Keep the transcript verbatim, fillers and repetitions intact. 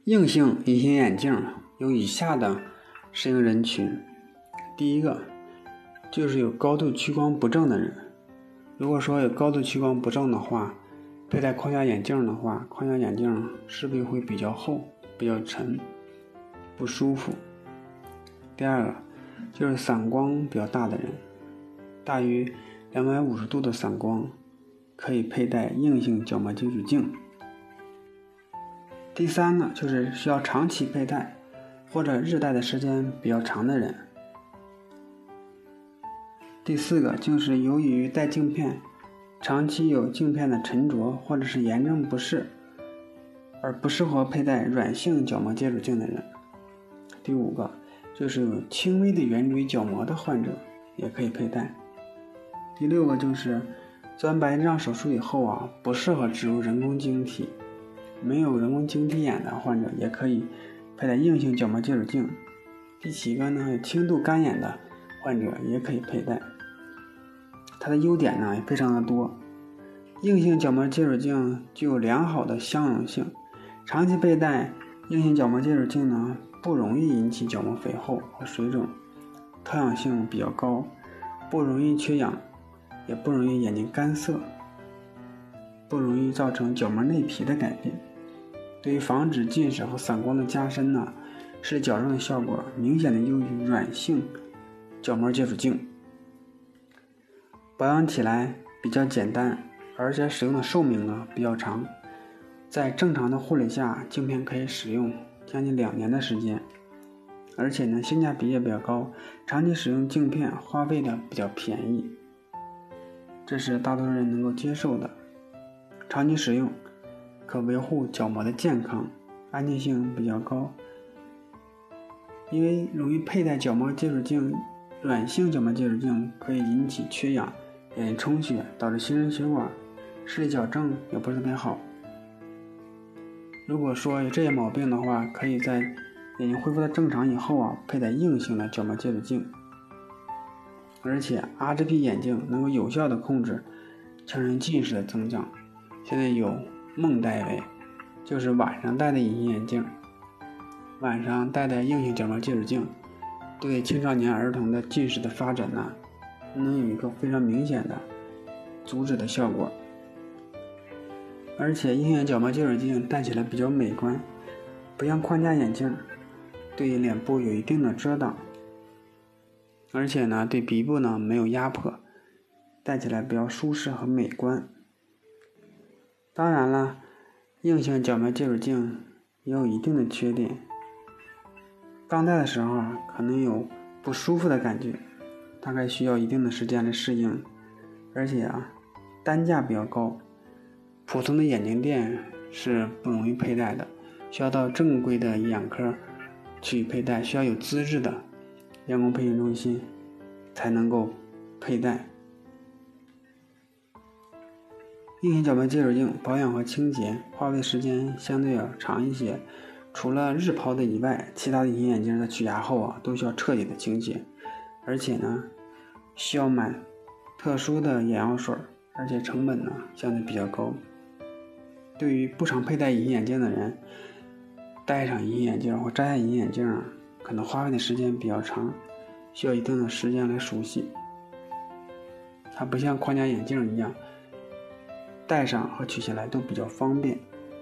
硬性隐形眼镜有以下的适应人群。第一个就是有高度屈光不正的人。如果说有高度屈光不正的话，佩戴框架眼镜的话，框架眼镜势必会比较厚、比较沉，不舒服。第二个就是散光比较大的人，大于两百五十度的散光可以佩戴硬性角膜接触镜。第三呢，就是需要长期佩戴或者日戴的时间比较长的人。第四个就是由于戴镜片长期有镜片的沉着或者是炎症不适，而不适合佩戴软性角膜接触镜的人。第五个就是有轻微的圆锥角膜的患者也可以佩戴。第六个就是做完白内障手术以后啊，不适合植入人工晶体，没有人工晶体眼的患者也可以佩戴硬性角膜接触镜。第七个呢，有轻度干眼的患者也可以佩戴。它的优点呢也非常的多。硬性角膜接触镜具有良好的相容性，长期佩戴硬性角膜接触镜呢不容易引起角膜肥厚和水肿，透氧性比较高，不容易缺氧，也不容易眼睛干涩，不容易造成角膜内皮的改变。对于防止近视和散光的加深呢，视力矫正的效果明显的优于软性角膜接触镜。保养起来比较简单，而且使用的寿命呢比较长，在正常的护理下，镜片可以使用将近两年的时间，而且呢性价比也比较高，长期使用镜片花费的比较便宜，这是大多数人能够接受的。长期使用可维护角膜的健康，安全性比较高。因为容易佩戴角膜接触镜，软性角膜接触镜可以引起缺氧、眼睛充血，导致新生血管，视力矫正也不是特别好。如果说有这些毛病的话，可以在眼睛恢复到正常以后啊，佩戴硬性的角膜接触镜。而且 R G P 眼镜能够有效的控制成人近视的增长。现在有梦戴维，就是晚上戴的隐形眼镜，晚上戴的硬性角膜接触镜，对青少年儿童的近视的发展呢，能有一个非常明显的阻止的效果。而且硬性角膜接触镜戴起来比较美观，不像框架眼镜对脸部有一定的遮挡，而且呢对鼻部呢没有压迫，戴起来比较舒适和美观。当然了，硬性角膜接触镜也有一定的缺点，刚戴的时候可能有不舒服的感觉，大概需要一定的时间来适应，而且啊单价比较高，普通的眼镜店是不容易佩戴的，需要到正规的眼科去佩戴，需要有资质的眼工培训中心才能够佩戴。硬性角膜接触镜保养和清洁花费时间相对要长一些，除了日抛的以外，其他的隐形眼镜在取牙后啊都需要彻底的清洁，而且呢需要买特殊的眼药水，而且成本呢相对比较高。对于不常佩戴隐形眼镜的人，戴上隐形眼镜或摘下隐形眼镜啊，可能花费的时间比较长，需要一定的时间来熟悉。它不像框架眼镜一样，戴上和取下来都比较方便。